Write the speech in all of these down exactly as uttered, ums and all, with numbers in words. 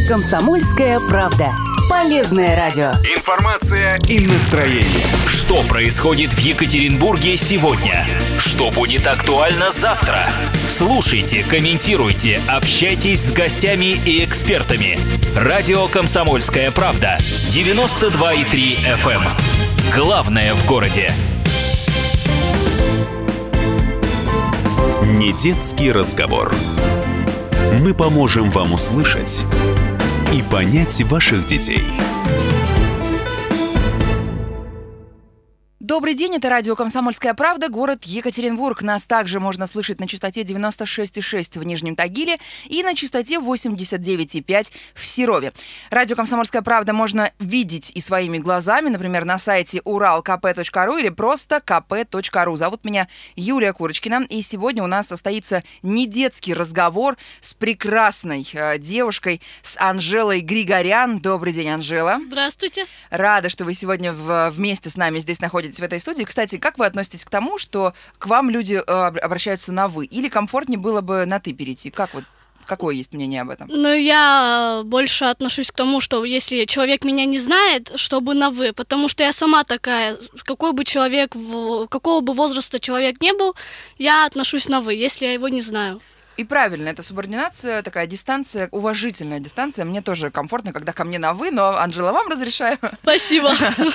Комсомольская правда. Полезное радио. Информация и настроение. Что происходит в Екатеринбурге сегодня? Что будет актуально завтра? Слушайте, комментируйте, общайтесь с гостями и экспертами. Радио «Комсомольская правда». девяносто два и три эф эм. Главное в городе. Недетский разговор. Мы поможем вам услышать и понять ваших детей. Добрый день, это радио «Комсомольская правда», город Екатеринбург. Нас также можно слышать на частоте девяносто шесть и шесть в Нижнем Тагиле и на частоте восемьдесят девять и пять в Серове. Радио «Комсомольская правда» можно видеть и своими глазами, например, на сайте урал ка пэ точка ру или просто ка пэ точка ру. Зовут меня Юлия Курочкина, и сегодня у нас состоится недетский разговор с прекрасной э, девушкой, с Анжелой Григорян. Добрый день, Анжела. Здравствуйте. Рада, что вы сегодня в, вместе с нами здесь находитесь в этой студии. Кстати, как вы относитесь к тому, что к вам люди э, обращаются на «вы»? Или комфортнее было бы на «ты» перейти? Как вот, какое есть мнение об этом? Ну, я больше отношусь к тому, что если человек меня не знает, чтобы на «вы», потому что я сама такая, какой бы человек, какого бы возраста человек не был, я отношусь на «вы», если я его не знаю. И правильно, это субординация, такая дистанция, уважительная дистанция. Мне тоже комфортно, когда ко мне на «вы», но, Анжела, вам разрешаю. Спасибо.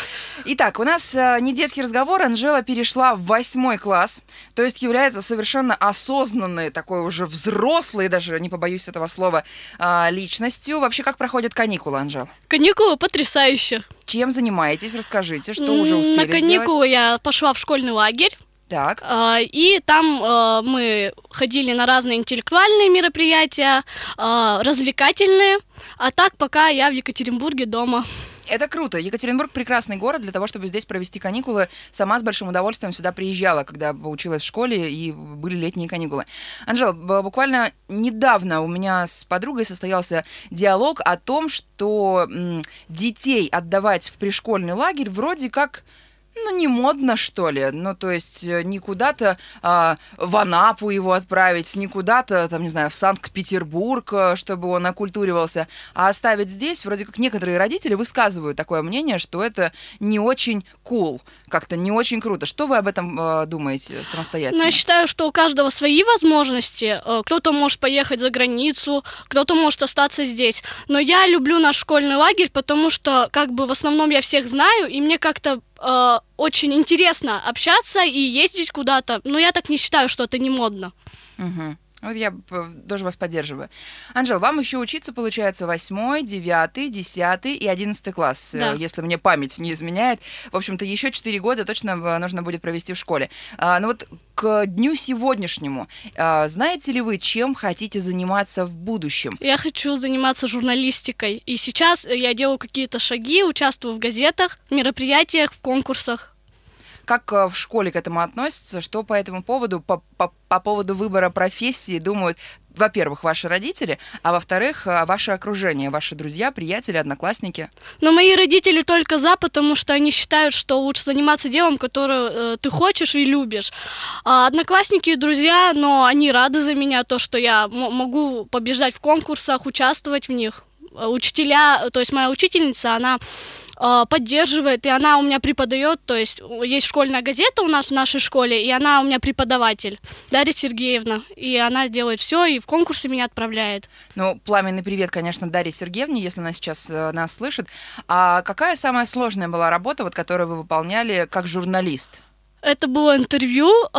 Итак, у нас не детский разговор. Анжела перешла в восьмой класс, то есть является совершенно осознанной, такой уже взрослой, даже не побоюсь этого слова, личностью. Вообще, как проходят каникулы, Анжела? Каникулы потрясающе. Чем занимаетесь? Расскажите, что уже успели На каникулы сделать? я пошла в школьный лагерь. Так. И там мы ходили на разные интеллектуальные мероприятия, развлекательные, а так пока я в Екатеринбурге дома. Это круто. Екатеринбург — прекрасный город для того, чтобы здесь провести каникулы. Сама с большим удовольствием сюда приезжала, когда училась в школе и были летние каникулы. Анжела, буквально недавно у меня с подругой состоялся диалог о том, что м, детей отдавать в пришкольный лагерь вроде как... Ну, не модно, что ли. Ну, то есть не куда-то а, в Анапу его отправить, не куда-то, там, не знаю, в Санкт-Петербург, чтобы он окультуривался, а оставить здесь. Вроде как некоторые родители высказывают такое мнение, что это не очень cool, как-то не очень круто. Что вы об этом а, думаете самостоятельно? Ну, я считаю, что у каждого свои возможности. Кто-то может поехать за границу, кто-то может остаться здесь. Но я люблю наш школьный лагерь, потому что, как бы, в основном я всех знаю, и мне как-то э, очень интересно общаться и ездить куда-то. Но я так не считаю, что это не модно. Угу. Вот я тоже вас поддерживаю. Анжела, вам еще учиться, получается, восьмой, девятый, десятый и одиннадцатый класс, Да. если мне память не изменяет. В общем-то, еще четыре года точно нужно будет провести в школе. А, ну вот к дню сегодняшнему, а, знаете ли вы, чем хотите заниматься в будущем? Я хочу заниматься журналистикой. И сейчас я делаю какие-то шаги, участвую в газетах, в мероприятиях, в конкурсах. Как в школе к этому относятся? Что по этому поводу, по, по, по поводу выбора профессии думают, во-первых, ваши родители, а во-вторых, ваше окружение, ваши друзья, приятели, одноклассники? Но мои родители только за, потому что они считают, что лучше заниматься делом, которое э, ты хочешь и любишь. А одноклассники и друзья, но они рады за меня, то, что я м- могу побеждать в конкурсах, участвовать в них. Учителя, то есть моя учительница, она поддерживает, и она у меня преподает, то есть есть школьная газета у нас в нашей школе, и она у меня преподаватель, Дарья Сергеевна, и она делает все и в конкурсы меня отправляет. Ну, пламенный привет, конечно, Дарье Сергеевне, если она сейчас э, нас слышит. А какая самая сложная была работа, вот, которую вы выполняли как журналист? Это было интервью э,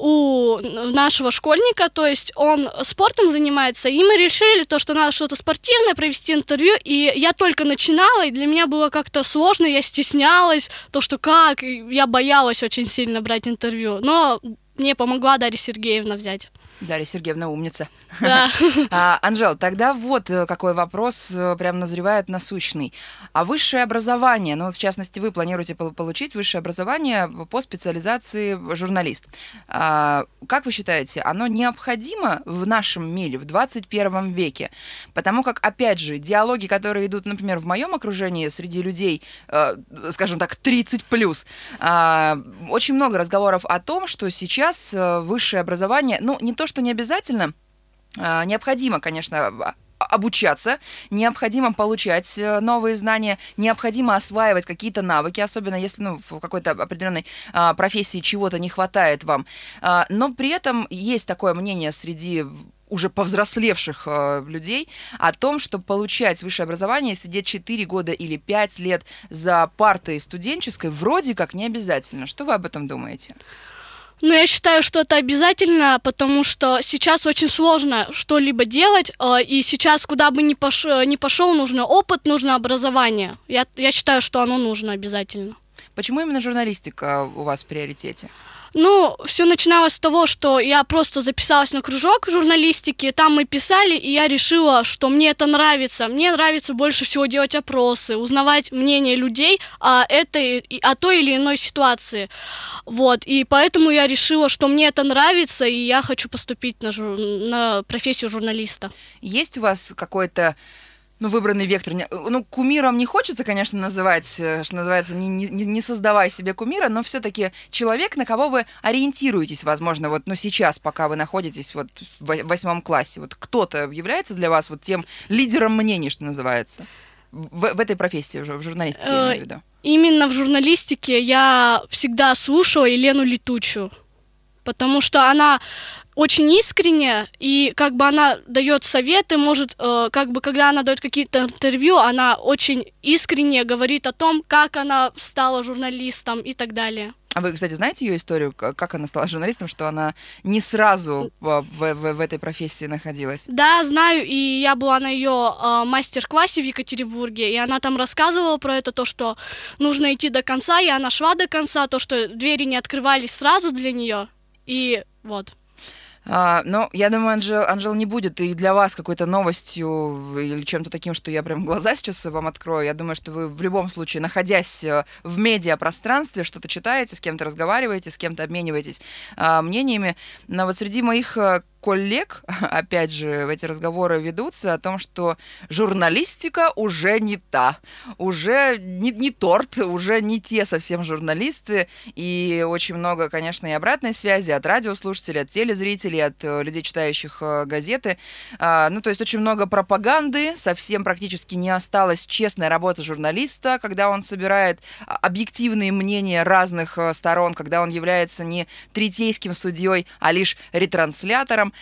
у нашего школьника, то есть он спортом занимается, и мы решили, то, что надо что-то спортивное, провести интервью, и я только начинала, и для меня было как-то сложно, я стеснялась, то, что как, я боялась очень сильно брать интервью, но мне помогла Дарья Сергеевна взять. Дарья Сергеевна умница. Да. А, Анжел, тогда вот какой вопрос прям назревает насущный. А высшее образование, ну, в частности, вы планируете получить высшее образование по специализации журналист. А, как вы считаете, оно необходимо в нашем мире, в двадцать первом веке? Потому как, опять же, диалоги, которые идут, например, в моем окружении среди людей, э, скажем так, тридцать плюс, э, очень много разговоров о том, что сейчас высшее образование, ну, не то, что не обязательно, необходимо, конечно, обучаться, необходимо получать новые знания, необходимо осваивать какие-то навыки, особенно если ну, в какой-то определенной а, профессии чего-то не хватает вам. А, но при этом есть такое мнение среди уже повзрослевших э, людей о том, что получать высшее образование, сидеть четыре года или пять лет за партой студенческой вроде как не обязательно. Что вы об этом думаете? Ну, я считаю, что это обязательно, потому что сейчас очень сложно что-либо делать, э, и сейчас куда бы ни, пош... ни пошел, нужно опыт, нужно образование. Я, я считаю, что оно нужно обязательно. Почему именно журналистика у вас в приоритете? Ну, все начиналось с того, что я просто записалась на кружок журналистики, там мы писали, и я решила, что мне это нравится. Мне нравится больше всего делать опросы, узнавать мнение людей о этой, о той или иной ситуации. Вот, и поэтому я решила, что мне это нравится, и я хочу поступить на, жур... на профессию журналиста. Есть у вас какой-то ну, выбранный вектор? Ну, кумиром не хочется, конечно, называть, что называется, не, не, не создавай себе кумира, но все-таки человек, на кого вы ориентируетесь, возможно, вот, ну, сейчас, пока вы находитесь вот в восьмом классе, вот кто-то является для вас вот тем лидером мнений, что называется, в, в этой профессии, уже в журналистике, я имею в виду? Именно в журналистике я всегда слушала Елену Летучую, потому что она очень искренне, и как бы она дает советы, может, э, как бы когда она дает какие-то интервью, она очень искренне говорит о том, как она стала журналистом и так далее. А вы, кстати, знаете ее историю, как она стала журналистом, что она не сразу в, в, в этой профессии находилась? Да, знаю, и я была на ее э, мастер-классе в Екатеринбурге, и она там рассказывала про это, то, что нужно идти до конца, и она шла до конца, то, что двери не открывались сразу для нее, и вот. А, ну, я думаю, Анжел, Анжел не будет и для вас какой-то новостью или чем-то таким, что я прям глаза сейчас вам открою. Я думаю, что вы в любом случае, находясь в медиапространстве, что-то читаете, с кем-то разговариваете, с кем-то обмениваетесь а, мнениями. Но вот среди моих коллег, опять же, эти разговоры ведутся о том, что журналистика уже не та, уже не, не торт, уже не те совсем журналисты, и очень много, конечно, и обратной связи от радиослушателей, от телезрителей, от людей, читающих газеты. Ну, то есть очень много пропаганды, совсем практически не осталась честная работа журналиста, когда он собирает объективные мнения разных сторон, когда он является не третейским судьей, а лишь ретранслятором.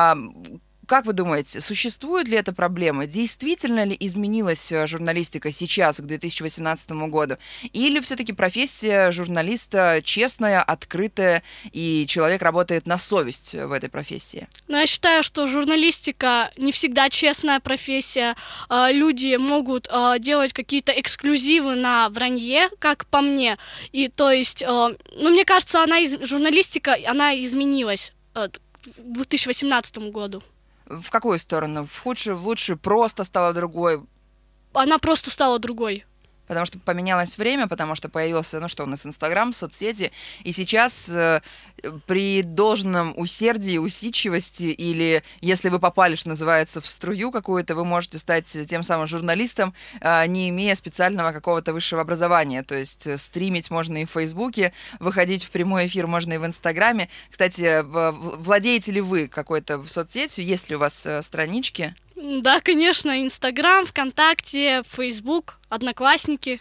Как вы думаете, существует ли эта проблема? Действительно ли изменилась журналистика сейчас, к две тысячи восемнадцатому году? Или все-таки профессия журналиста честная, открытая, и человек работает на совесть в этой профессии? Ну, я считаю, что журналистика не всегда честная профессия. Люди могут делать какие-то эксклюзивы на вранье, как по мне. И то есть, ну, мне кажется, она, журналистика, она изменилась к две тысячи восемнадцатому году. В какую сторону? В худшую, в лучшую? Просто стала другой? Она просто стала другой. Потому что поменялось время, потому что появился, ну что у нас, Инстаграм, соцсети, и сейчас э, при должном усердии, усидчивости, или если вы попали, что называется, в струю какую-то, вы можете стать тем самым журналистом, э, не имея специального какого-то высшего образования. То есть э, стримить можно и в Фейсбуке, выходить в прямой эфир можно и в Инстаграме. Кстати, в, в, владеете ли вы какой-то соцсетью? Есть ли у вас э, странички? Да, конечно, Инстаграм, ВКонтакте, Фейсбук, Одноклассники.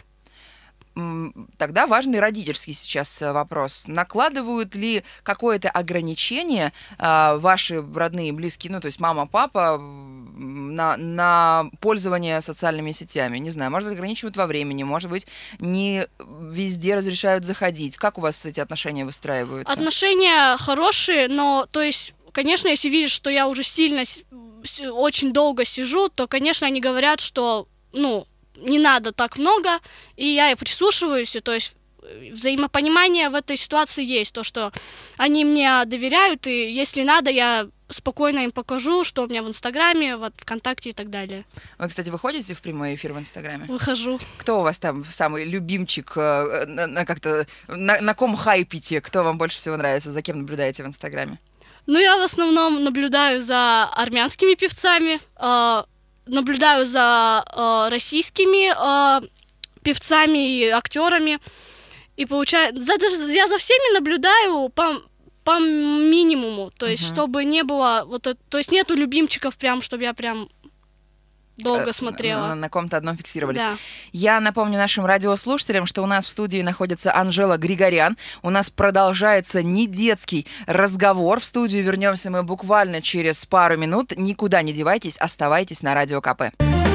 Тогда важный родительский сейчас вопрос. Накладывают ли какое-то ограничение а, ваши родные, близкие, ну, то есть мама, папа, на, на пользование социальными сетями? Не знаю, может быть, ограничивают во времени, может быть, не везде разрешают заходить. Как у вас эти отношения выстраиваются? Отношения хорошие, но, то есть, конечно, если видят, что я уже сильно, очень долго сижу, то, конечно, они говорят, что, ну, не надо так много, и я и прислушиваюсь, и, то есть взаимопонимание в этой ситуации есть, то, что они мне доверяют, и если надо, я спокойно им покажу, что у меня в Инстаграме, вот, ВКонтакте и так далее. Вы, кстати, выходите в прямой эфир в Инстаграме? Выхожу. Кто у вас там самый любимчик, на, на, как-то, на, на ком хайпите, кто вам больше всего нравится, за кем наблюдаете в Инстаграме? Ну, я в основном наблюдаю за армянскими певцами, э, наблюдаю за э, российскими э, певцами и актерами. И получается, за, я за всеми наблюдаю по, по минимуму, то есть, uh-huh. чтобы не было, вот, то есть, нету любимчиков прям, чтобы я прям долго смотрела. На, на ком-то одном фиксировались. Да. Я напомню нашим радиослушателям, что у нас в студии находится Анжела Григорян. У нас продолжается недетский разговор. В студию вернемся мы буквально через пару минут. Никуда не девайтесь, оставайтесь на Радио КП.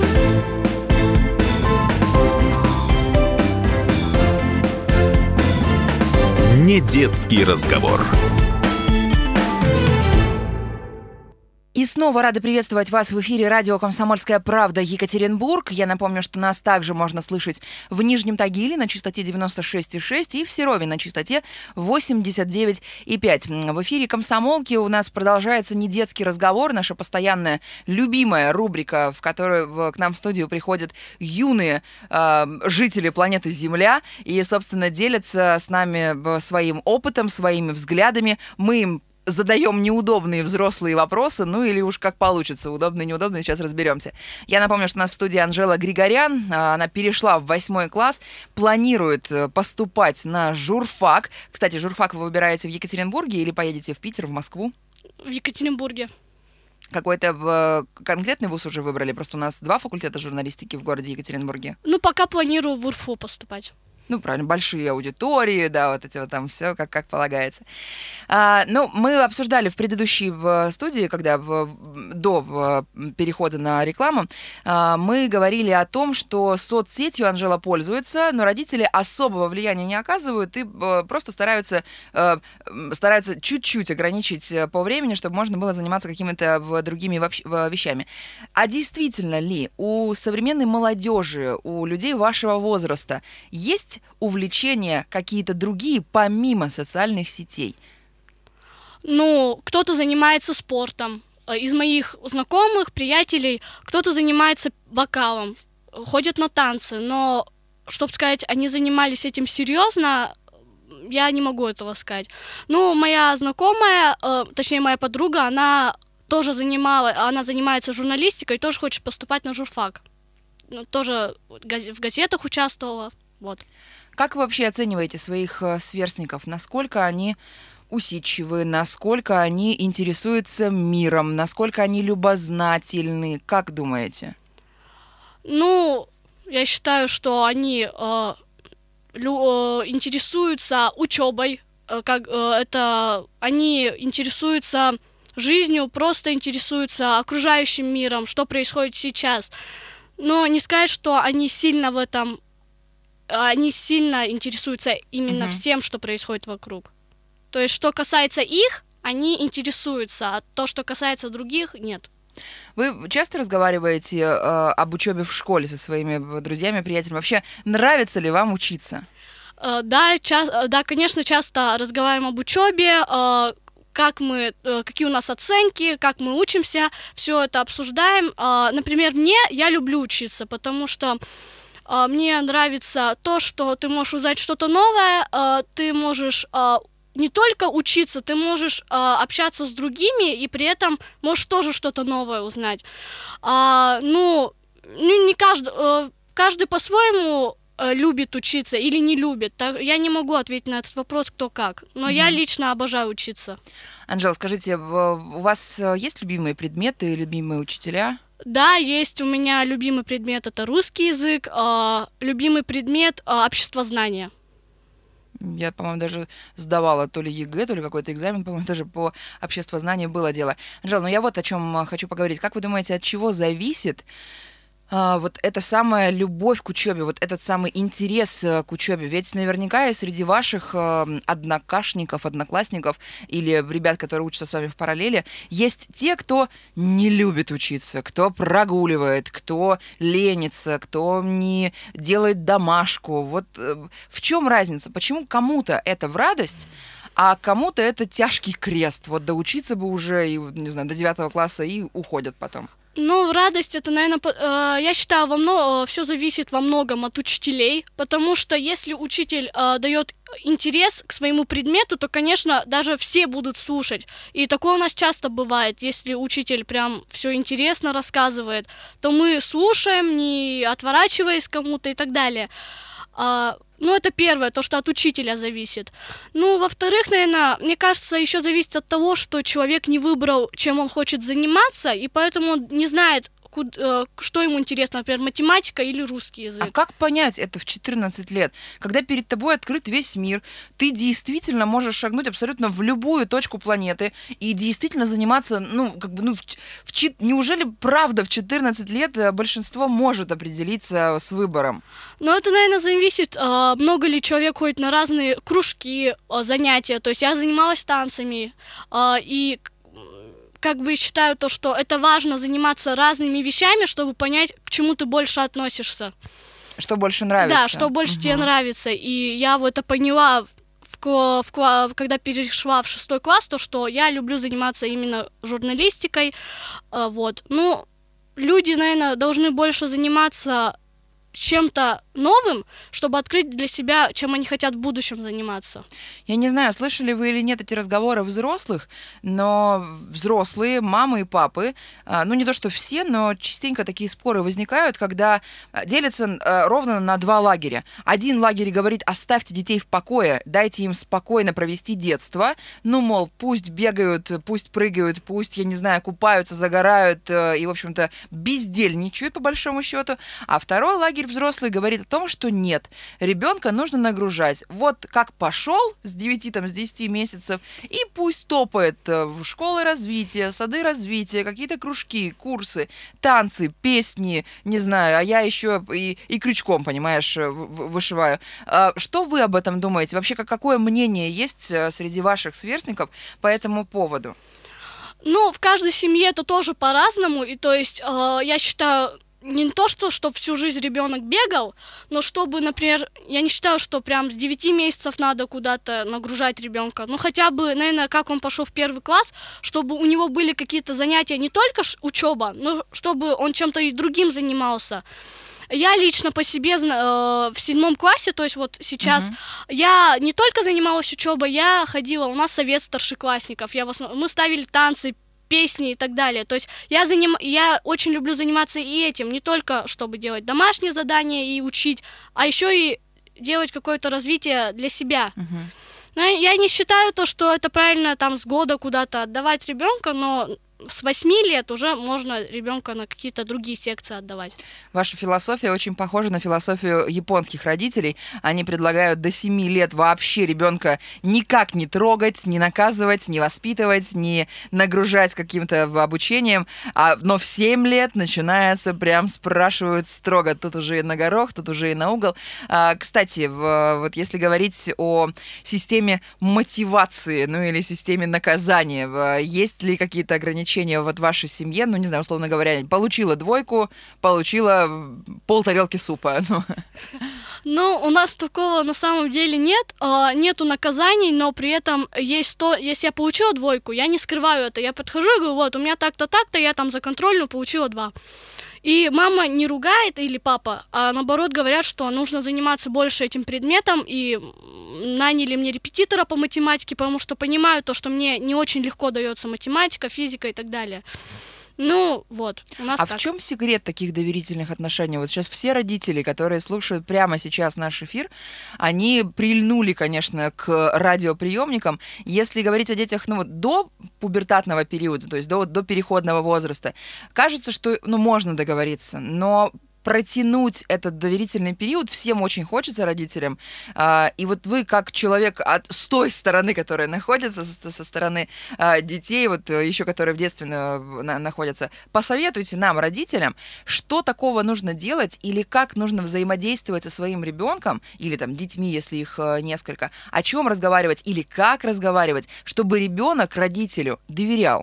Недетский разговор. И снова рады приветствовать вас в эфире радио «Комсомольская правда» Екатеринбург. Я напомню, что нас также можно слышать в Нижнем Тагиле на частоте девяносто шесть и шесть и в Серове на частоте восемьдесят девять и пять. В эфире «Комсомолки» у нас продолжается недетский разговор, наша постоянная любимая рубрика, в которой к нам в студию приходят юные э, жители планеты Земля и, собственно, делятся с нами своим опытом, своими взглядами. Мы им задаем неудобные взрослые вопросы, ну или уж как получится, удобные, неудобные, сейчас разберемся. Я напомню, что у нас в студии Анжела Григорян, она перешла в восьмой класс, планирует поступать на журфак. Кстати, журфак вы выбираете в Екатеринбурге или поедете в Питер, в Москву? В Екатеринбурге. Какой-то конкретный вуз уже выбрали? Просто у нас два факультета журналистики в городе Екатеринбурге. Ну, пока планирую в УрФУ поступать. Ну, правильно, большие аудитории, да, вот эти вот там все как, как полагается. А, ну, мы обсуждали в предыдущей в студии, когда в, до в, перехода на рекламу, а, мы говорили о том, что соцсетью Анжела пользуется, но родители особого влияния не оказывают и а, просто стараются, а, стараются чуть-чуть ограничить по времени, чтобы можно было заниматься какими-то другими вообще, вещами. А действительно ли у современной молодежи, у людей вашего возраста есть увлечения какие-то другие, помимо социальных сетей? Ну, кто-то занимается спортом. Из моих знакомых, приятелей, кто-то занимается вокалом, ходят на танцы. Но, чтобы сказать, они занимались этим серьезно, я не могу этого сказать. Ну, моя знакомая, э, точнее, моя подруга, она тоже занимала, она занимается журналистикой, тоже хочет поступать на журфак. Тоже в газетах участвовала. Вот. Как вы вообще оцениваете своих сверстников? Насколько они усидчивы, насколько они интересуются миром, насколько они любознательны? Как думаете? Ну, я считаю, что они э, лю, э, интересуются учебой, э, как э, это они интересуются жизнью, просто интересуются окружающим миром, что происходит сейчас. Но не сказать, что они сильно в этом они сильно интересуются именно uh-huh. всем, что происходит вокруг. То есть, что касается их, они интересуются, а то, что касается других, нет. Вы часто разговариваете э, об учебе в школе со своими друзьями, приятелями? Вообще, нравится ли вам учиться? Э, да, час, да, конечно, часто разговариваем об учебе, э, как мы, э, какие у нас оценки, как мы учимся, все это обсуждаем. Э, например, мне, я люблю учиться, потому что мне нравится то, что ты можешь узнать что-то новое, ты можешь не только учиться, ты можешь общаться с другими, и при этом можешь тоже что-то новое узнать. Ну, не каждый, каждый по-своему любит учиться или не любит. Я не могу ответить на этот вопрос, кто как, но mm-hmm. я лично обожаю учиться. Анжела, скажите, у вас есть любимые предметы, любимые учителя? Да, есть у меня любимый предмет, это русский язык, э, любимый предмет э, обществознание. Я, по-моему, даже сдавала то ли ЕГЭ, то ли какой-то экзамен, по-моему, даже по обществознанию было дело. Анжела, ну я вот о чем хочу поговорить. Как вы думаете, от чего зависит а, вот эта самая любовь к учебе, вот этот самый интерес к учебе? Ведь наверняка и среди ваших а, однокашников, одноклассников или ребят, которые учатся с вами в параллели, есть те, кто не любит учиться, кто прогуливает, кто ленится, кто не делает домашку. Вот в чем разница? Почему кому-то это в радость, а кому-то это тяжкий крест? Вот доучиться бы уже, и, не знаю, до девятого класса и уходят потом. Ну, радость, это, наверное, э, я считаю, во много, все зависит во многом от учителей, потому что если учитель э, дает интерес к своему предмету, то, конечно, даже все будут слушать. И такое у нас часто бывает, если учитель прям все интересно рассказывает, то мы слушаем, не отворачиваясь кому-то и так далее. А, ну, это первое, то, что от учителя зависит. Ну, во-вторых, наверное, мне кажется, еще зависит от того, что человек не выбрал, чем он хочет заниматься, и поэтому он не знает, куд- э, что ему интересно, например, математика или русский язык. А как понять это в четырнадцать лет? Когда перед тобой открыт весь мир, ты действительно можешь шагнуть абсолютно в любую точку планеты и действительно заниматься, ну, как бы, ну, в, в, чет- неужели правда в четырнадцать лет большинство может определиться с выбором? Но это, наверное, зависит, э, много ли человек ходит на разные кружки, э, занятия. То есть я занималась танцами, э, и как бы считаю то, что это важно заниматься разными вещами, чтобы понять, к чему ты больше относишься. Что больше нравится? Да, что больше угу. тебе нравится. И я вот это поняла, в, в, когда перешла в шестой класс, то, что я люблю заниматься именно журналистикой. Э, вот. Ну, люди, наверное, должны больше заниматься чем-то новым, чтобы открыть для себя, чем они хотят в будущем заниматься. Я не знаю, слышали вы или нет эти разговоры взрослых, но взрослые, мамы и папы, ну не то что все, но частенько такие споры возникают, когда делятся ровно на два лагеря. Один лагерь говорит: оставьте детей в покое, дайте им спокойно провести детство, ну, мол, пусть бегают, пусть прыгают, пусть, я не знаю, купаются, загорают и, в общем-то, бездельничают, по большому счету. А второй лагерь взрослый говорит о том, что нет, ребенка нужно нагружать. Вот как пошел с девяти, там, с десяти месяцев, и пусть топает в школы развития, сады развития, какие-то кружки, курсы, танцы, песни, не знаю, а я еще и, и крючком, понимаешь, вышиваю. Что вы об этом думаете? Вообще, какое мнение есть среди ваших сверстников по этому поводу? Ну, в каждой семье это тоже по-разному, и то есть э, я считаю, не то, что чтобы всю жизнь ребенок бегал, но чтобы, например, я не считаю, что прям с девяти месяцев надо куда-то нагружать ребенка. Ну, хотя бы, наверное, как он пошел в первый класс, чтобы у него были какие-то занятия, не только учеба, но чтобы он чем-то и другим занимался. Я лично по себе э, в седьмом классе, то есть вот сейчас, uh-huh. я не только занималась учебой, я ходила, у нас совет старшеклассников, я в основном, мы ставили танцы, песни и так далее. То есть я, заним... я очень люблю заниматься и этим, не только чтобы делать домашние задания и учить, а еще и делать какое-то развитие для себя. Uh-huh. Но я не считаю то, что это правильно там с года куда-то отдавать ребенка, но с восьми лет уже можно ребенка на какие-то другие секции отдавать. Ваша философия очень похожа на философию японских родителей. Они предлагают до семи лет вообще ребенка никак не трогать, не наказывать, не воспитывать, не нагружать каким-то обучением. А, но в семь лет начинается, прям спрашивают строго. Тут уже и на горох, тут уже и на угол. А, кстати, в, вот если говорить о системе мотивации, ну или системе наказания, есть ли какие-то ограничения вот в вашей семье, ну, не знаю, условно говоря, получила двойку, получила полтарелки супа. Ну. ну, у нас такого на самом деле нет, а, нету наказаний, но при этом есть то, если я получила двойку, я не скрываю это, я подхожу и говорю, вот, у меня так-то, так-то, я там за контрольную получила два. И мама не ругает, или папа, а наоборот говорят, что нужно заниматься больше этим предметом, и наняли мне репетитора по математике, потому что понимаю то, что мне не очень легко дается математика, физика и так далее. Ну, вот, у нас А так. в чем секрет таких доверительных отношений? Вот сейчас все родители, которые слушают прямо сейчас наш эфир, они прильнули, конечно, к радиоприемникам. Если говорить о детях, ну, вот до пубертатного периода, то есть до, до переходного возраста, кажется, что, ну, можно договориться, но протянуть этот доверительный период всем очень хочется, родителям. И вот вы, как человек от, с той стороны, которая находится, со, со стороны детей, вот еще которые в детстве находятся, посоветуйте нам, родителям, что такого нужно делать или как нужно взаимодействовать со своим ребенком или там детьми, если их несколько, о чем разговаривать или как разговаривать, чтобы ребенок родителю доверял.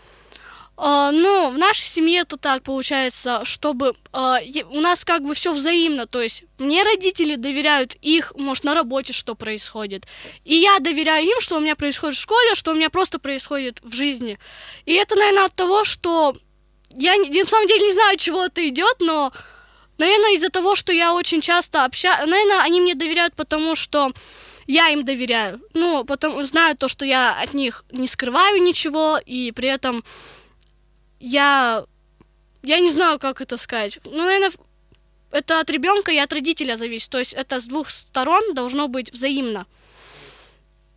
Uh, ну, в нашей семье это так получается, чтобы uh, у нас как бы все взаимно, то есть мне родители доверяют их, может, на работе что происходит, и я доверяю им, что у меня происходит в школе, что у меня просто происходит в жизни. И это, наверное, от того, что я на самом деле не знаю, от чего это идет, но, наверное, из-за того, что я очень часто общаюсь, наверное, они мне доверяют, потому что я им доверяю, ну, потому знаю то, что я от них не скрываю ничего, и при этом Я, я не знаю, как это сказать. Ну, наверное, это от ребенка и от родителя зависит. То есть это с двух сторон должно быть взаимно.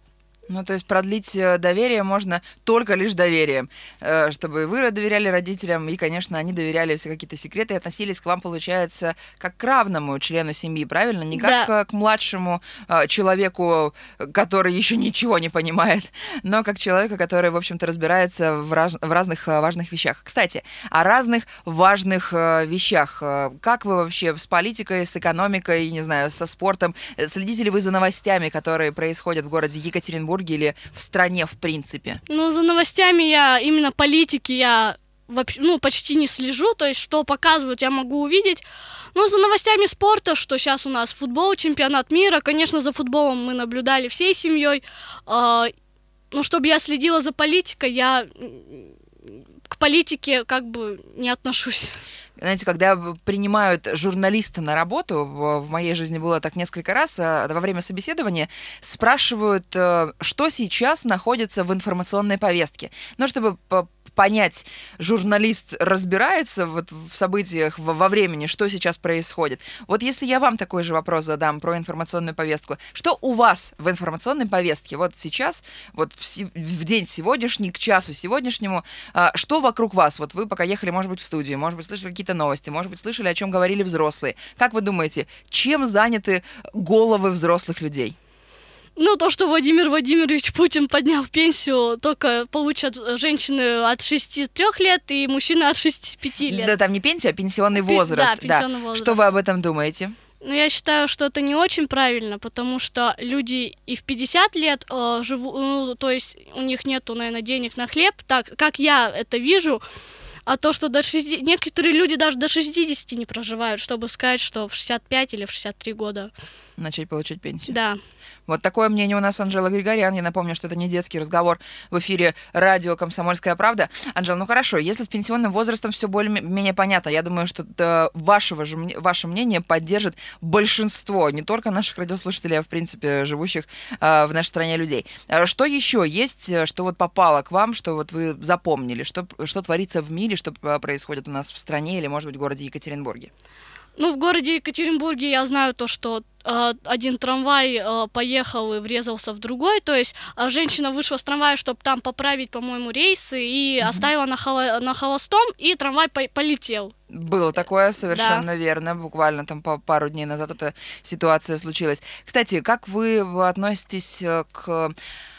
Ну, то есть продлить э, доверие можно только лишь доверием, э, чтобы вы доверяли родителям, и, конечно, они доверяли все какие-то секреты и относились к вам, получается, как к равному члену семьи, правильно? Не как Да. э, к младшему э, человеку, который еще ничего не понимает, но как человека, который, в общем-то, разбирается в, раз- в разных э, важных вещах. Кстати, о разных важных э, вещах. Э, Как вы вообще с политикой, с экономикой, не знаю, со спортом? Э, Следите ли вы за новостями, которые происходят в городе Екатеринбурге или в стране в принципе? Ну, за новостями я, именно политики я вообще, ну, почти не слежу, то есть что показывают, я могу увидеть. Ну, за новостями спорта, что сейчас у нас футбол, чемпионат мира, конечно, за футболом мы наблюдали всей семьей. А, Ну, чтобы я следила за политикой, я м, к политике как бы не отношусь. Знаете, когда в- принимают журналиста на работу, в, в моей жизни было так несколько раз, а, во время собеседования спрашивают, э, что сейчас находится в информационной повестке. Ну, чтобы по- понять, журналист разбирается вот в событиях во, во времени, что сейчас происходит. Вот если я вам такой же вопрос задам про информационную повестку, что у вас в информационной повестке вот сейчас, вот в, се- в день сегодняшний, к часу сегодняшнему, а, что вокруг вас? Вот вы пока ехали, может быть, в студию, может быть, слышали какие-то новости, может быть, слышали, о чем говорили взрослые. Как вы думаете, чем заняты головы взрослых людей? Ну, то, что Владимир Владимирович Путин поднял пенсию, только получат женщины от шестидесяти трёх лет и мужчины от шестидесяти пяти лет. Да, там не пенсия, а пенсионный Пе- возраст. да, пенсионный возраст. Что вы об этом думаете? Ну, я считаю, что это не очень правильно, потому что люди и в пятьдесят лет э, живут, ну, то есть у них нету, наверное, денег на хлеб, так как я это вижу, а то, что до шестидесяти, некоторые люди даже до шестидесяти не проживают, чтобы сказать, что в шестьдесят пять или в шестьдесят три года. Начать получать пенсию. Да. Вот такое мнение у нас Анжела Григорян. Я напомню, что это не детский разговор в эфире радио «Комсомольская правда». Анжела, ну хорошо, если с пенсионным возрастом все более-менее понятно, я думаю, что э, вашего же, мне- ваше мнение поддержит большинство, не только наших радиослушателей, а в принципе живущих э, в нашей стране людей. Э, Что еще есть, э, что вот попало к вам, что вот вы запомнили, что, что творится в мире, что э, происходит у нас в стране или, может быть, в городе Екатеринбурге? Ну, в городе Екатеринбурге я знаю то, что э, один трамвай э, поехал и врезался в другой, то есть э, женщина вышла с трамвая, чтобы там поправить, по-моему, рейсы, и Мгм. оставила на, холо- на холостом, и трамвай по- полетел. Было такое, совершенно верно. Буквально там по пару дней назад эта ситуация случилась. Кстати, как вы относитесь э, к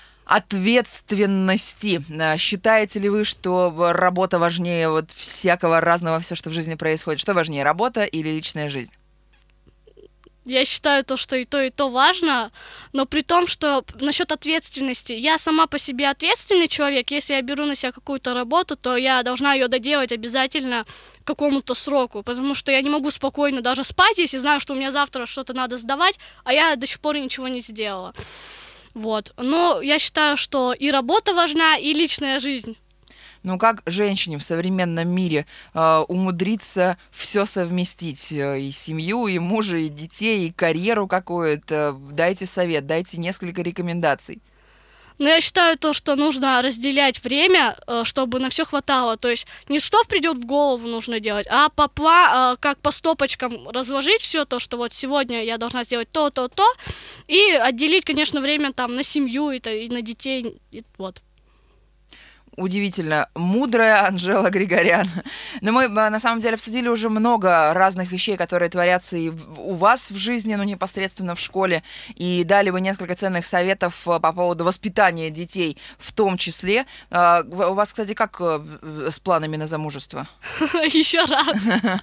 ответственности? Э, Считаете ли вы, что работа важнее вот всякого разного, все, что в жизни происходит? Что важнее, работа или личная жизнь? Я считаю то, что и то, и то важно, но при том, что насчет ответственности, я сама по себе ответственный человек, если я беру на себя какую-то работу, то я должна ее доделать обязательно к какому-то сроку, потому что я не могу спокойно даже спать, если знаю, что у меня завтра что-то надо сдавать, а я до сих пор ничего не сделала. Вот. Но я считаю, что и работа важна, и личная жизнь. Ну, как женщине в современном мире э, умудриться все совместить? э, И семью, и мужа, и детей, и карьеру какую-то? Дайте совет, дайте несколько рекомендаций. Но я считаю то, что нужно разделять время, э, чтобы на все хватало. То есть не что придет в голову нужно делать, а по пла- э, как по стопочкам разложить все то, что вот сегодня я должна сделать то, то, то, и отделить, конечно, время там на семью и, то- и на детей. И вот. Удивительно мудрая Анжела Григорян. Но мы, э, на самом деле, обсудили уже много разных вещей, которые творятся и в- у вас в жизни, ну, непосредственно в школе, и дали вы несколько ценных советов э, по поводу воспитания детей в том числе. Э, в- У вас, кстати, как э, в- с планами на замужество? Еще раз.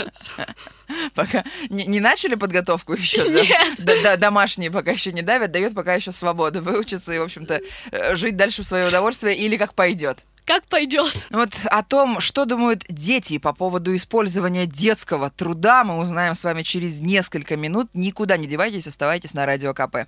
Пока не, не начали подготовку еще? да? Нет. Да, да, домашние пока еще не давят, дают пока еще свободу выучиться и, в общем-то, э, жить дальше в свое удовольствие или как пойдет. Как пойдет. Вот о том, что думают дети по поводу использования детского труда, мы узнаем с вами через несколько минут. Никуда не девайтесь, оставайтесь на Радио КП.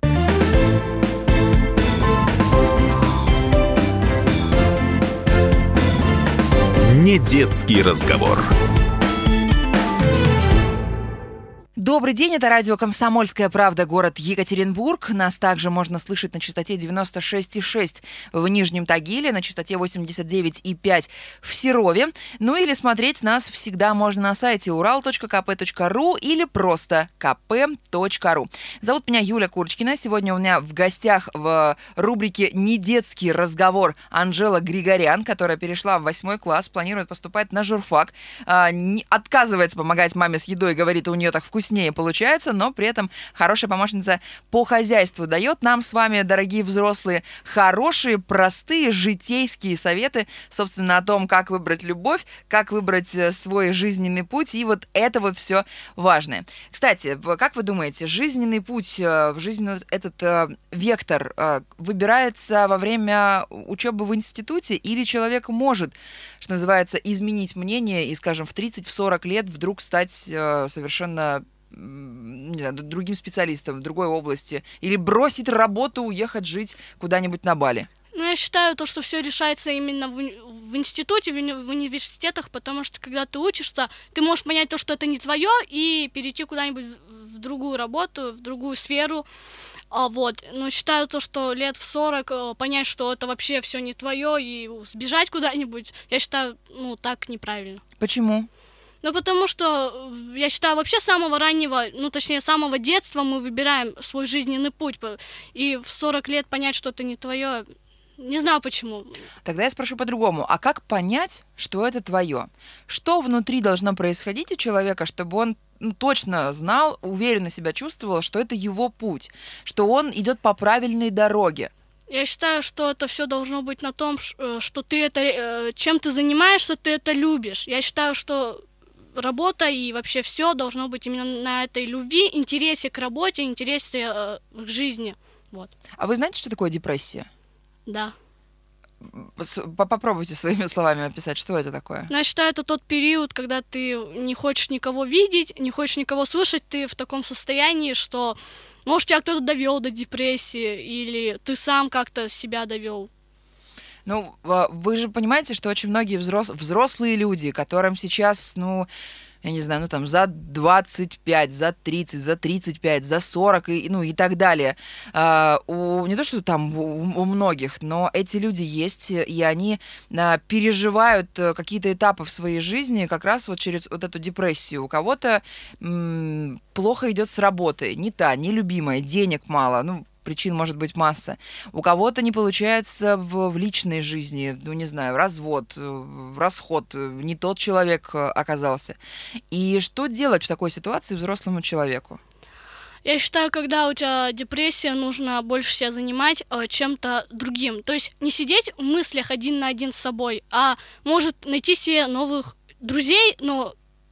Не детский разговор. Добрый день, это радио «Комсомольская правда», город Екатеринбург. Нас также можно слышать на частоте девяносто шесть и шесть в Нижнем Тагиле, на частоте восемьдесят девять и пять в Серове. Ну или смотреть нас всегда можно на сайте урал точка ка пэ точка ру или просто ка пэ точка ру. Зовут меня Юля Курочкина. Сегодня у меня в гостях в рубрике «Недетский разговор» Анжела Григорян, которая перешла в восьмой класс, планирует поступать на журфак, отказывается помогать маме с едой, говорит, у нее так вкуснее получается, но при этом хорошая помощница по хозяйству дает нам с вами, дорогие взрослые, хорошие, простые, житейские советы, собственно, о том, как выбрать любовь, как выбрать свой жизненный путь, и вот это вот все важное. Кстати, как вы думаете, жизненный путь, жизненный этот вектор выбирается во время учебы в институте, или человек может, что называется, изменить мнение и, скажем, в тридцать-сорок лет вдруг стать совершенно не знаю, другим специалистом в другой области, или бросить работу, уехать жить куда-нибудь на Бали? Ну, я считаю, то, что все решается именно в, в институте, в, уни- в университетах, потому что, когда ты учишься, ты можешь понять то, что это не твое, и перейти куда-нибудь в, в другую работу, в другую сферу. А, вот. Но считаю то, что лет в сорок понять, что это вообще все не твое, и сбежать куда-нибудь, я считаю, ну, так неправильно. Почему? Ну, потому что, я считаю, вообще с самого раннего, ну, точнее, с самого детства мы выбираем свой жизненный путь. И в сорок лет понять, что это не твое, не знаю почему. Тогда я спрошу по-другому. А как понять, что это твое? Что внутри должно происходить у человека, чтобы он ну, точно знал, уверенно себя чувствовал, что это его путь, что он идет по правильной дороге? Я считаю, что это все должно быть на том, что ты это, чем ты занимаешься, ты это любишь. Я считаю, что работа и вообще все должно быть именно на этой любви, интересе к работе, интересе э, к жизни. Вот. А вы знаете, что такое депрессия? Да. Попробуйте своими словами описать, что это такое. Ну, я считаю, это тот период, когда ты не хочешь никого видеть, не хочешь никого слышать, ты в таком состоянии, что, может, тебя кто-то довел до депрессии, или ты сам как-то себя довел. Ну, вы же понимаете, что очень многие взрос... взрослые люди, которым сейчас, ну, я не знаю, ну, там, за двадцать пять, за тридцать, за тридцать пять, за сорок, и, ну, и так далее. А, у... Не то, что там у, у многих, но эти люди есть, и они а, переживают какие-то этапы в своей жизни как раз вот через вот эту депрессию. У кого-то м- плохо идет с работы, не та, не любимая, денег мало, ну, причин может быть масса. У кого-то не получается в, в личной жизни, ну, не знаю, развод, расход, не тот человек оказался. И что делать в такой ситуации взрослому человеку? Я считаю, когда у тебя депрессия, нужно больше себя занимать э, чем-то другим. То есть не сидеть в мыслях один на один с собой, а может найти себе новых друзей, но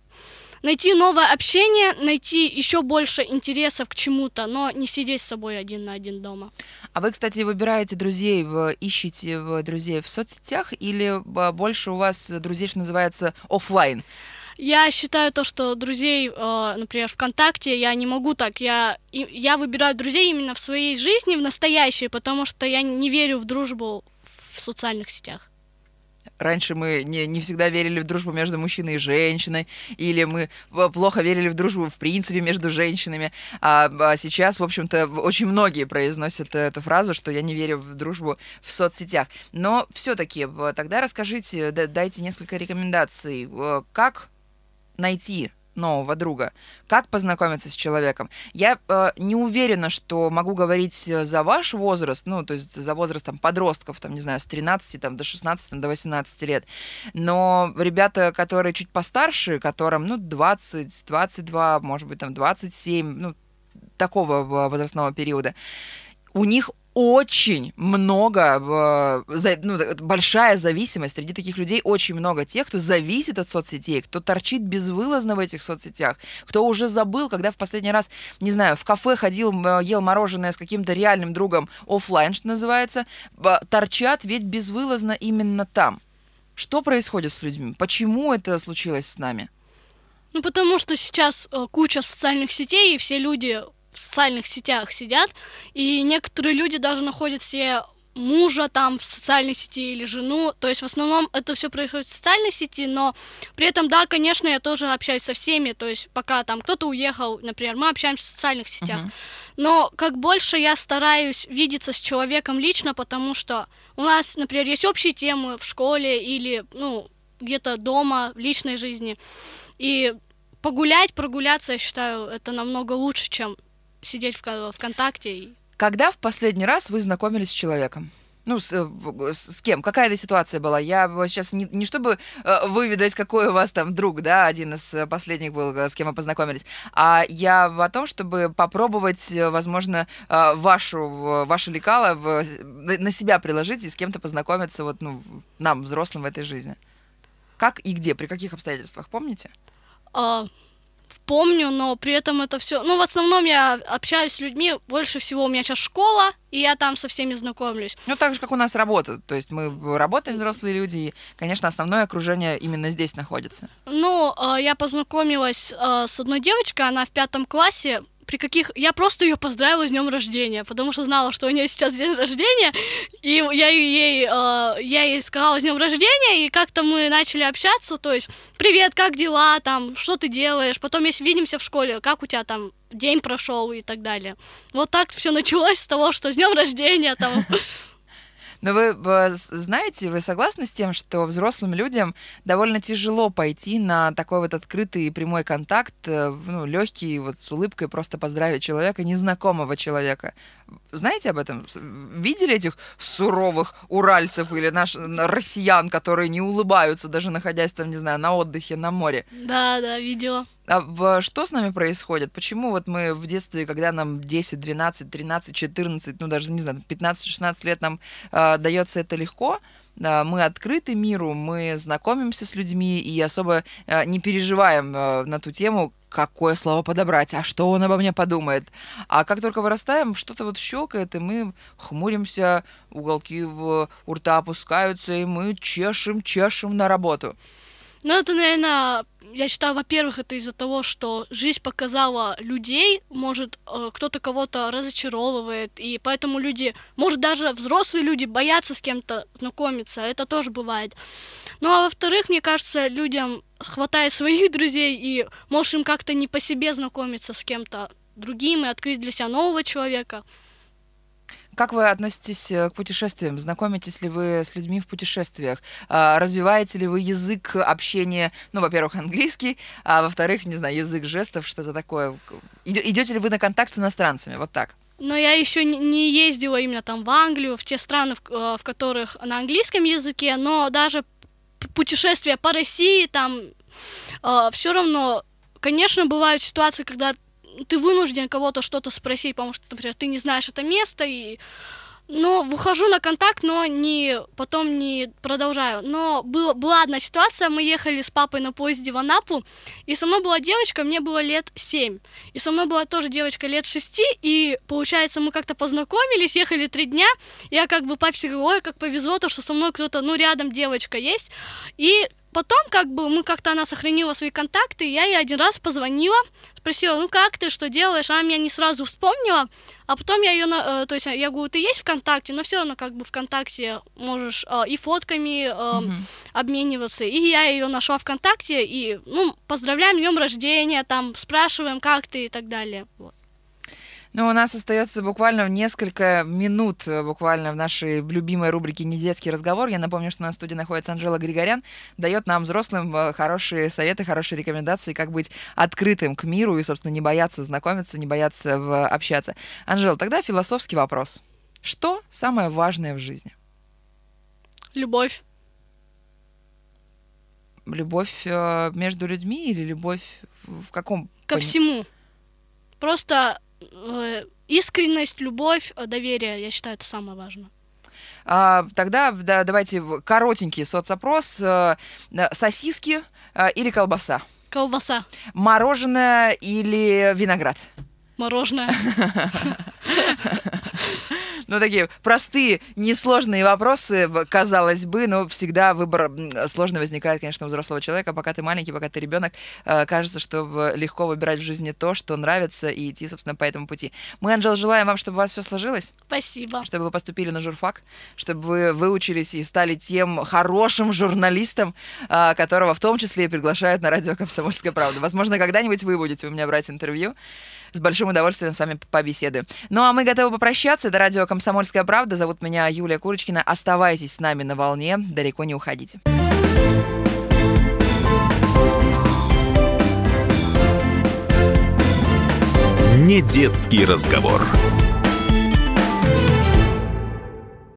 найти новое общение, найти еще больше интересов к чему-то, но не сидеть с собой один на один дома. А вы, кстати, выбираете друзей, ищете друзей в соцсетях или больше у вас друзей, что называется, офлайн? Я считаю то, что друзей, э, например, ВКонтакте я не могу так. Я, я выбираю друзей именно в своей жизни, в настоящей, потому что я не верю в дружбу в социальных сетях. Раньше мы не, не всегда верили в дружбу между мужчиной и женщиной, или мы плохо верили в дружбу в принципе между женщинами. А, а сейчас, в общем-то, очень многие произносят эту фразу, что я не верю в дружбу в соцсетях. Но все-таки тогда расскажите, дайте несколько рекомендаций, как найти нового друга, как познакомиться с человеком. Я э, не уверена, что могу говорить за ваш возраст, ну, то есть за возраст там, подростков, там, не знаю, с тринадцати там, до шестнадцати, там, до восемнадцати лет. Но ребята, которые чуть постарше, которым, ну, двадцать, двадцать два, может быть, там, двадцать семь, ну, такого возрастного периода, у них очень много, ну, большая зависимость. Среди таких людей очень много тех, кто зависит от соцсетей, кто торчит безвылазно в этих соцсетях, кто уже забыл, когда в последний раз, не знаю, в кафе ходил, ел мороженое с каким-то реальным другом офлайн, что называется, торчат ведь безвылазно именно там. Что происходит с людьми? Почему это случилось с нами? Ну, потому что сейчас э, куча социальных сетей, и все люди в социальных сетях сидят, и некоторые люди даже находят себе мужа там в социальной сети или жену. То есть в основном это все происходит в социальной сети, но при этом, да, конечно, я тоже общаюсь со всеми. То есть пока там кто-то уехал, например, мы общаемся в социальных сетях. Uh-huh. Но как больше я стараюсь видеться с человеком лично, потому что у нас, например, есть общие темы в школе или, ну, где-то дома, в личной жизни. И погулять, прогуляться, я считаю, это намного лучше, чем сидеть в ВКонтакте. Когда в последний раз вы знакомились с человеком? Ну, с, с кем? Какая это ситуация была? Я сейчас не, не чтобы выведать, какой у вас там друг, да, один из последних был, с кем вы познакомились, а я о том, чтобы попробовать, возможно, вашу, ваше лекало в, на себя приложить и с кем-то познакомиться, вот, ну, нам, взрослым в этой жизни. Как и где, при каких обстоятельствах, помните? А... Помню, но при этом это все. Ну, в основном я общаюсь с людьми. Больше всего у меня сейчас школа, и я там со всеми знакомлюсь. Ну, так же, как у нас работа. То есть мы работаем, взрослые люди, и, конечно, основное окружение именно здесь находится. Ну, я познакомилась с одной девочкой, она в пятом классе. При каких... Я просто ее поздравила с днем рождения, потому что знала, что у нее сейчас день рождения, и я ей, э, я ей сказала с днем рождения, и как-то мы начали общаться, то есть, привет, как дела, там, что ты делаешь, потом, если видимся в школе, как у тебя там день прошел и так далее. Вот так все началось с того, что с днем рождения, там... Но вы знаете, вы согласны с тем, что взрослым людям довольно тяжело пойти на такой вот открытый и прямой контакт, ну, легкий, вот с улыбкой просто поздравить человека, незнакомого человека? Знаете об этом? Видели этих суровых уральцев или наш, россиян, которые не улыбаются, даже находясь там, не знаю, на отдыхе на море? Да, да, видела. А в, что с нами происходит? Почему вот мы в детстве, когда нам десять, двенадцать, тринадцать, четырнадцать, ну даже, не знаю, пятнадцать-шестнадцать лет нам э, дается это легко, э, мы открыты миру, мы знакомимся с людьми и особо э, не переживаем э, на ту тему, какое слово подобрать, а что он обо мне подумает. А как только вырастаем, что-то вот щелкает, и мы хмуримся, уголки в, у рта опускаются, и мы чешем, чешем на работу. Ну, это, наверное, я считаю, во-первых, это из-за того, что жизнь показала людей, может, кто-то кого-то разочаровывает, и поэтому люди, может, даже взрослые люди боятся с кем-то знакомиться, это тоже бывает. Ну, а во-вторых, мне кажется, людям хватает своих друзей, и может им как-то не по себе знакомиться с кем-то другим и открыть для себя нового человека. Как вы относитесь к путешествиям? Знакомитесь ли вы с людьми в путешествиях? Развиваете ли вы язык общения? Ну, во-первых, английский, а во-вторых, не знаю, язык жестов, что-то такое. Идете ли вы на контакт с иностранцами? Вот так. Но я еще не ездила именно там в Англию, в те страны, в которых на английском языке, но даже путешествия по России, там все равно, конечно, бывают ситуации, когда ты вынужден кого-то что-то спросить, потому что, например, ты не знаешь это место, и... но выхожу на контакт, но не, потом не продолжаю. Но было, была одна ситуация, мы ехали с папой на поезде в Анапу, и со мной была девочка, мне было лет семь, и со мной была тоже девочка лет шести, и, получается, мы как-то познакомились, ехали три дня, я как бы папе говорю, ой, как повезло, то, что со мной кто-то, ну, рядом девочка есть, и... Потом, как бы, мы как-то, она сохранила свои контакты, я ей один раз позвонила, спросила, ну как ты, что делаешь? Она меня не сразу вспомнила, а потом я ее, э, то есть я говорю, ты есть ВКонтакте, но все равно как бы ВКонтакте можешь э, и фотками э, mm-hmm. обмениваться, и я ее нашла ВКонтакте, и, ну, поздравляем, днем рождения, там, спрашиваем, как ты и так далее, вот. Ну, у нас остается буквально несколько минут буквально в нашей любимой рубрике «Недетский разговор». Я напомню, что на студии находится Анжела Григорян, дает нам, взрослым, хорошие советы, хорошие рекомендации, как быть открытым к миру и, собственно, не бояться знакомиться, не бояться общаться. Анжела, тогда философский вопрос. Что самое важное в жизни? Любовь. Любовь между людьми или любовь в каком? Ко всему. Просто... искренность, любовь, доверие, я считаю, это самое важное. А, тогда да, давайте коротенький соцопрос. Сосиски или колбаса? Колбаса. Мороженое или виноград? Мороженое. Ну, такие простые, несложные вопросы, казалось бы, но всегда выбор сложный возникает, конечно, у взрослого человека. Пока ты маленький, пока ты ребенок, кажется, что легко выбирать в жизни то, что нравится, и идти, собственно, по этому пути. Мы, Анжела, желаем вам, чтобы у вас все сложилось. Спасибо. Чтобы вы поступили на журфак, чтобы вы выучились и стали тем хорошим журналистом, которого в том числе и приглашают на радио «Комсомольская правда». Возможно, когда-нибудь вы будете у меня брать интервью. С большим удовольствием с вами побеседую. Ну, а мы готовы попрощаться. Это радио «Комсомольская правда». Зовут меня Юлия Курочкина. Оставайтесь с нами на волне. Далеко не уходите. Не детский разговор.